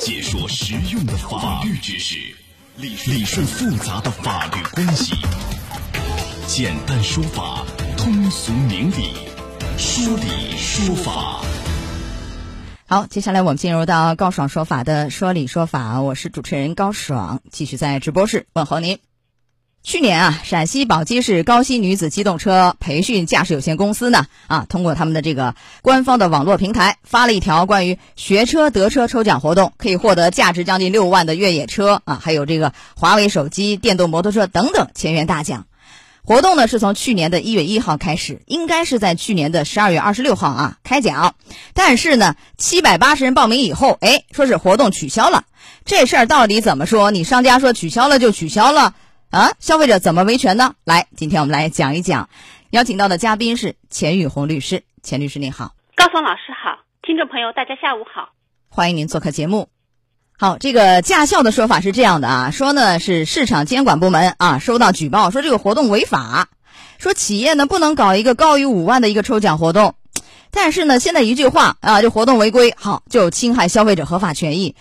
解说实用的法律知识，理顺复杂的法律关系，简单说法，通俗明理，说理说法。 好，接下来我们进入到高爽说法的说理说法，我是主持人高爽，继续在直播室问候您。去年陕西宝鸡市高新女子机动车培训驾驶有限公司呢通过他们的这个官方的网络平台发了一条关于学车得车抽奖活动，可以获得价值将近6万的越野车还有这个华为手机、电动摩托车等等千元大奖。活动呢是从去年的1月1号开始，应该是在去年的12月26号开奖。但是呢780人报名以后说是活动取消了。这事儿到底怎么说？你商家说取消了就取消了消费者怎么维权呢？来，今天我们来讲一讲。邀请到的嘉宾是钱宇红律师。钱律师您好。 高爽老师好，听众朋友大家下午好， 欢迎您做客节目。好，这个驾校的说法是这样的说呢是市场监管部门收到举报说这个活动违法，说企业呢不能搞一个高于5万的一个抽奖活动。但是呢现在一句话这活动违规，好，就侵害消费者合法权益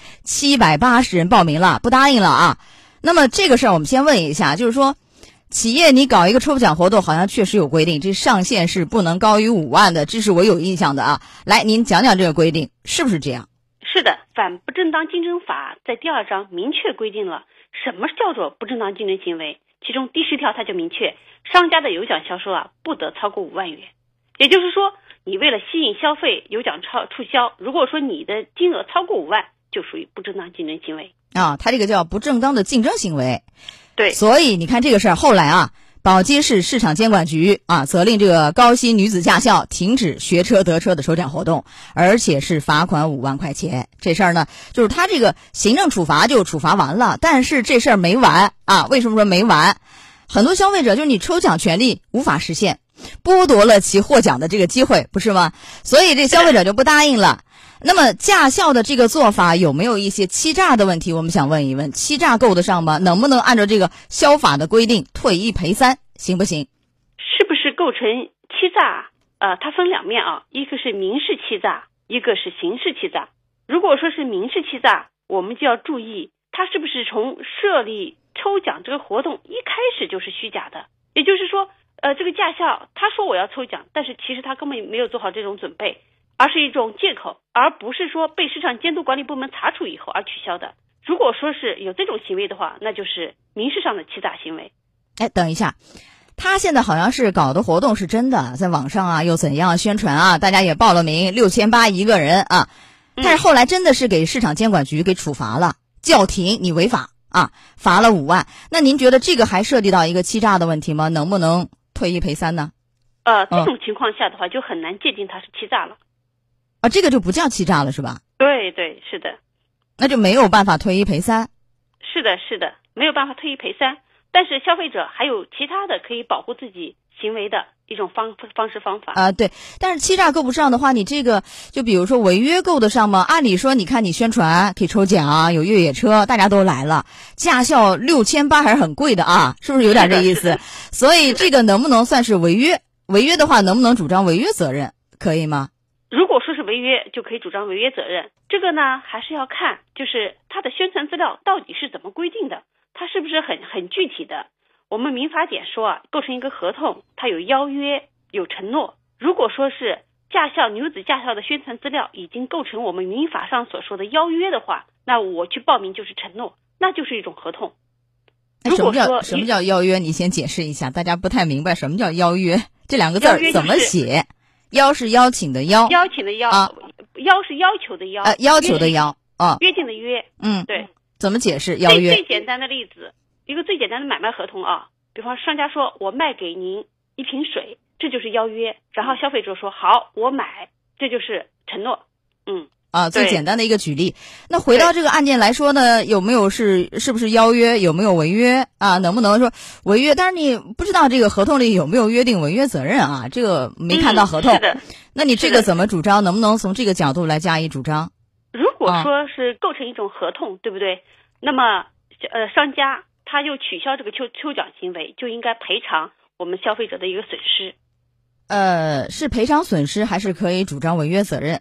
，780人报名了，不答应了那么这个事儿我们先问一下，就是说企业你搞一个抽奖活动好像确实有规定，这上限是不能高于5万的，这是我有印象的来，您讲讲这个规定是不是这样？ 是的，反不正当竞争法在第2章明确规定了什么叫做不正当竞争行为，其中第10条它就明确，商家的有奖销售不得超过5万元。也就是说，你为了吸引消费有奖促销，如果说你的金额超过5万，就属于不正当竞争行为它这个叫不正当的竞争行为。 对， 所以你看这个事儿后来宝鸡市市场监管局责令这个高新女子驾校停止学车得车的抽奖活动，而且是罚款5万块钱。这事儿呢就是他这个行政处罚就处罚完了，但是这事儿没完为什么说没完？很多消费者就是你抽奖权利无法实现，剥夺了其获奖的这个机会，不是吗？所以这消费者就不答应了。那么驾校的这个做法有没有一些欺诈的问题？我们想问一问，欺诈够得上吗？能不能按照这个消法的规定退1赔3，行不行？ 是不是构成欺诈它分2面一个是民事欺诈，一个是刑事欺诈。如果说是民事欺诈，我们就要注意它是不是从设立抽奖这个活动一开始就是虚假的。也就是说这个驾校他说我要抽奖，但是其实他根本没有做好这种准备，而是一种借口，而不是说被市场监督管理部门查处以后而取消的。如果说是有这种行为的话，那就是民事上的欺诈行为。 等一下，他现在好像是搞的活动是真的，在网上又怎样宣传大家也报了名，6800一个人但是后来真的是给市场监管局给处罚了，叫停你违法罚了5万。那您觉得这个还涉及到一个欺诈的问题吗？能不能退1赔3呢？ 这种情况下的话就很难界定它是欺诈了这个就不叫欺诈了是吧？ 对对，是的。 那就没有办法退1赔3。 是的是的，没有办法退1赔3，但是消费者还有其他的可以保护自己行为的一种方式方法对。但是欺诈够不上的话，你这个就比如说违约够得上吗？按理说你看你宣传可以抽奖，有越野车，大家都来了，驾校6800还是很贵的是不是有点这意思？所以这个能不能算是违约？违约的话能不能主张违约责任？可以吗？ 如果说是违约，就可以主张违约责任。这个呢还是要看就是它的宣传资料到底是怎么规定的，它是不是很具体的。我们民法典说构成一个合同，它有邀约有承诺。如果说是女子驾校的宣传资料已经构成我们民法上所说的邀约的话，那我去报名就是承诺，那就是一种合同。 什么叫邀约？你先解释一下，大家不太明白什么叫邀约这2个字怎么写？邀是邀请的邀， 邀请的邀邀是要求的邀， 要求的邀约定的约。对。 怎么解释邀约？ 最简单的例子，一个最简单的买卖合同比方商家说我卖给您1瓶水，这就是邀约，然后消费者说好我买，这就是承诺。 最简单的一个举例。那回到这个案件来说呢，有没有是不是邀约，有没有违约能不能说违约？但是你不知道这个合同里有没有约定违约责任这个没看到合同。 是的。 那你这个怎么主张？能不能从这个角度来加以主张？ 如果说是构成一种合同，对不对？那么商家他又取消这个抽奖行为，就应该赔偿我们消费者的一个损失。 是赔偿损失还是可以主张违约责任？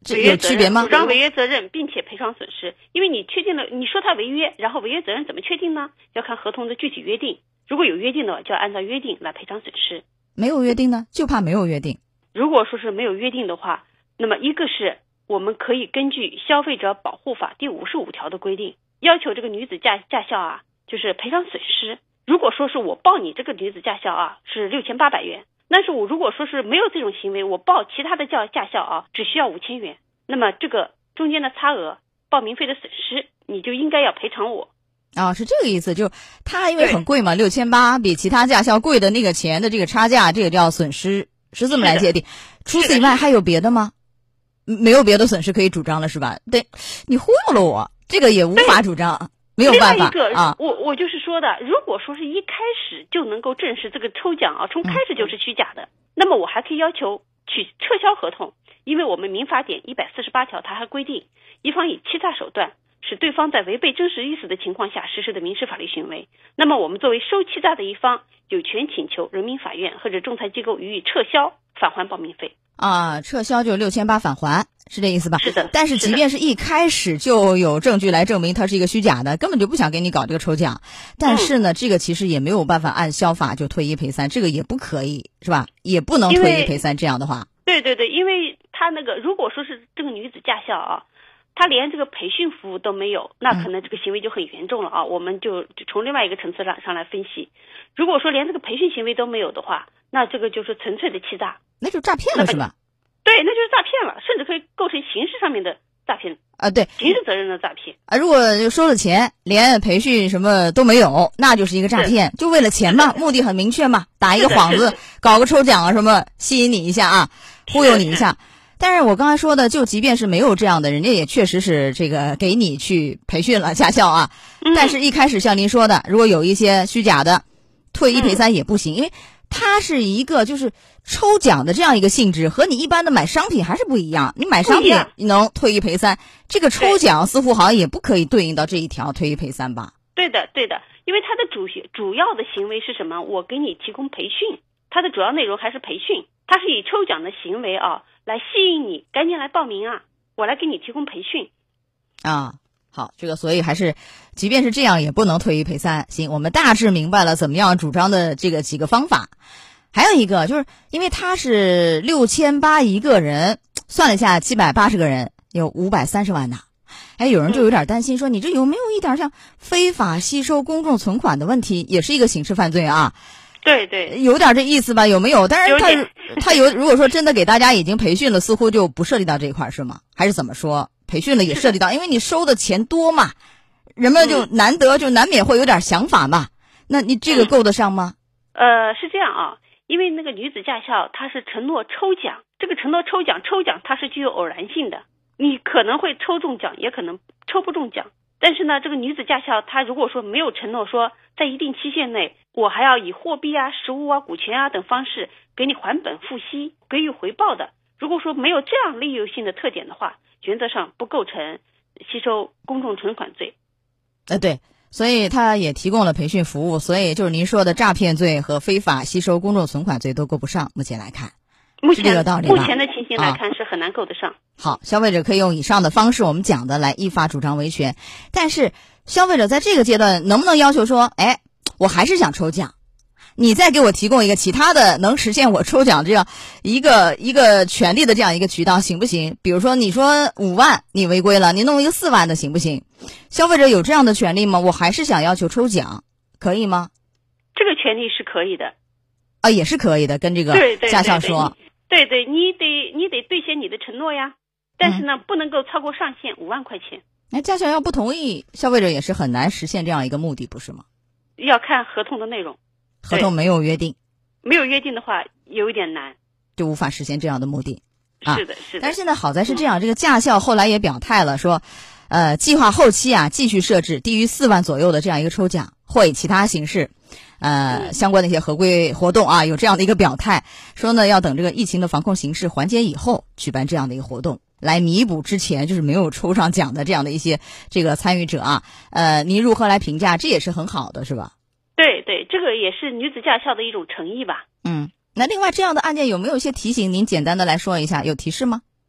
这有区别吗？ 主张违约责任并且赔偿损失，因为你确定了，你说他违约，然后违约责任怎么确定呢？要看合同的具体约定，如果有约定的，就要按照约定来赔偿损失。 没有约定呢，就怕没有约定。 如果说是没有约定的话，那么一个是我们可以根据消费者保护法第55条的规定，要求这个女子驾校啊，就是赔偿损失。如果说是我报你这个女子驾校啊是6800元，但是我如果说是没有这种行为，我报其他的驾校啊只需要5000元，那么这个中间的差额报名费的损失，你就应该要赔偿我。 是这个意思，就他因为很贵嘛，6800比其他驾校贵的那个钱的这个差价，这个叫损失，是这么来界定。除此以外还有别的吗？没有别的损失可以主张了是吧？对，你忽悠了我，这个也无法主张，没有办法啊。 我就是说的，如果说是一开始就能够证实这个抽奖啊，从开始就是虚假的，那么我还可以要求去撤销合同，因为我们民法典148条它还规定，一方以欺诈手段使对方在违背真实意思的情况下实施的民事法律行为，那么我们作为受欺诈的一方，有权请求人民法院或者仲裁机构予以撤销返还报名费。 撤销就6800返还，是这意思吧？ 是的。 但是即便是一开始就有证据来证明它是一个虚假的，根本就不想给你搞这个抽奖，但是呢，这个其实也没有办法按消法就退一赔三，这个也不可以，是吧？也不能退一赔三，这样的话。 对，因为他那个如果说是这个女子驾校啊，他连这个培训服务都没有，那可能这个行为就很严重了啊。我们就从另外一个层次上来分析，如果说连这个培训行为都没有的话，那这个就是纯粹的欺诈， 那就诈骗了是吧？ 对，那就是诈骗了，甚至可以构成刑事上面的诈骗对， 刑事责任的诈骗如果就收了钱连培训什么都没有，那就是一个诈骗，就为了钱嘛，目的很明确嘛，打一个幌子，搞个抽奖啊什么，吸引你一下啊，忽悠你一下。但是我刚才说的，就即便是没有这样的，人家也确实是这个给你去培训了驾校啊，但是一开始像您说的，如果有一些虚假的，退一赔三也不行，因为它是一个就是抽奖的这样一个性质，和你一般的买商品还是不一样。你买商品你能退一赔三，这个抽奖似乎好像也不可以对应到这一条退一赔三吧？ 对的，因为它的主要的行为是什么？我给你提供培训，它的主要内容还是培训，它是以抽奖的行为啊来吸引你赶紧来报名啊，我来给你提供培训啊。好，这个所以还是即便是这样也不能退一赔三。行，我们大致明白了怎么样主张的这个几个方法。还有一个就是因为他是6800一个人，算了一下780个人有530万呢。有人就有点担心说，你这有没有一点像非法吸收公众存款的问题，也是一个刑事犯罪啊？ 对， 有点这意思吧？有没有？但是他如果说真的给大家已经培训了，似乎就不涉及到这一块是吗？还是怎么说？培训了也涉及到，因为你收的钱多嘛，人们就难免会有点想法嘛。那你这个够得上吗？ 是这样啊，因为那个女子驾校它是承诺抽奖，这个承诺抽奖它是具有偶然性的，你可能会抽中奖，也可能抽不中奖。但是呢，这个女子驾校她如果说没有承诺说在一定期限内，我还要以货币啊、实物啊、股权啊等方式给你还本付息，给予回报的，如果说没有这样利诱性的特点的话，原则上不构成吸收公众存款罪。 对，所以他也提供了培训服务，所以就是您说的诈骗罪和非法吸收公众存款罪都够不上。目前来看，是这个道理吧？ 目前的情形来看是很难够得上。 好，消费者可以用以上的方式我们讲的来依法主张维权，但是消费者在这个阶段能不能要求说，我还是想抽奖，你再给我提供一个其他的能实现我抽奖这样一个权利的这样一个渠道行不行？比如说你说5万你违规了，你弄一个4万的行不行？消费者有这样的权利吗？我还是想要求抽奖，可以吗？ 这个权利是可以的也是可以的，跟这个驾校说。 对，你得兑现你的承诺呀，但是呢，不能够超过上限5万块钱。 那驾校要不同意，消费者也是很难实现这样一个目的，不是吗？ 要看合同的内容， 合同没有约定， 没有约定的话有一点难， 就无法实现这样的目的。 是的。 但是现在好在是这样，这个驾校后来也表态了，说计划后期继续设置低于4万左右的这样一个抽奖，或以其他形式相关的一些合规活动有这样的一个表态，说呢要等这个疫情的防控形势缓解以后举办这样的一个活动，来弥补之前就是没有抽上奖的这样的一些这个参与者您如何来评价？这也是很好的是吧？ 对，这个也是女子驾校的一种诚意吧。 那另外这样的案件有没有一些提醒？您简单的来说一下，有提示吗？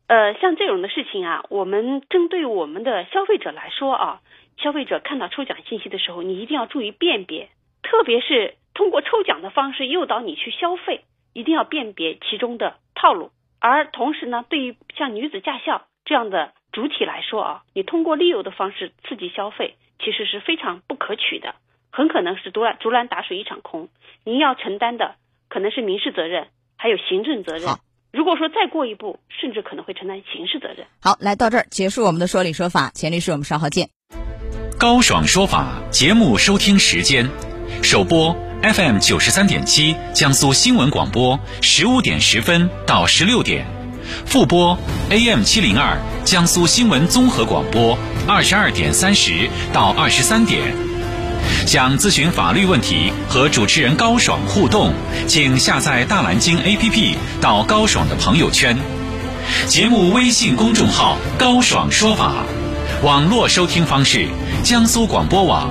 像这种的事情啊，我们针对我们的消费者来说啊，消费者看到抽奖信息的时候，你一定要注意辨别，特别是通过抽奖的方式诱导你去消费，一定要辨别其中的套路。而同时呢，对于像女子驾校这样的主体来说啊，你通过利诱的方式刺激消费，其实是非常不可取的，很可能是竹篮打水一场空。您要承担的可能是民事责任，还有行政责任。如果说再过一步，甚至可能会承担刑事责任。 好，来到这儿结束我们的说理说法，钱律师，我们稍后见。 高爽说法节目收听时间：首播 FM 93.7江苏新闻广播15点10分到16点，复播 AM 702江苏新闻综合广播22点30到23点。想咨询法律问题和主持人高爽互动，请下载大蓝鲸 APP 到高爽的朋友圈。节目微信公众号高爽说法，网络收听方式江苏广播网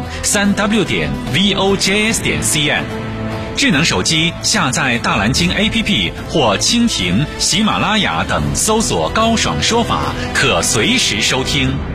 3w.vojs.cn， 智能手机下载大蓝鲸 APP 或蜻蜓、喜马拉雅等搜索高爽说法，可随时收听。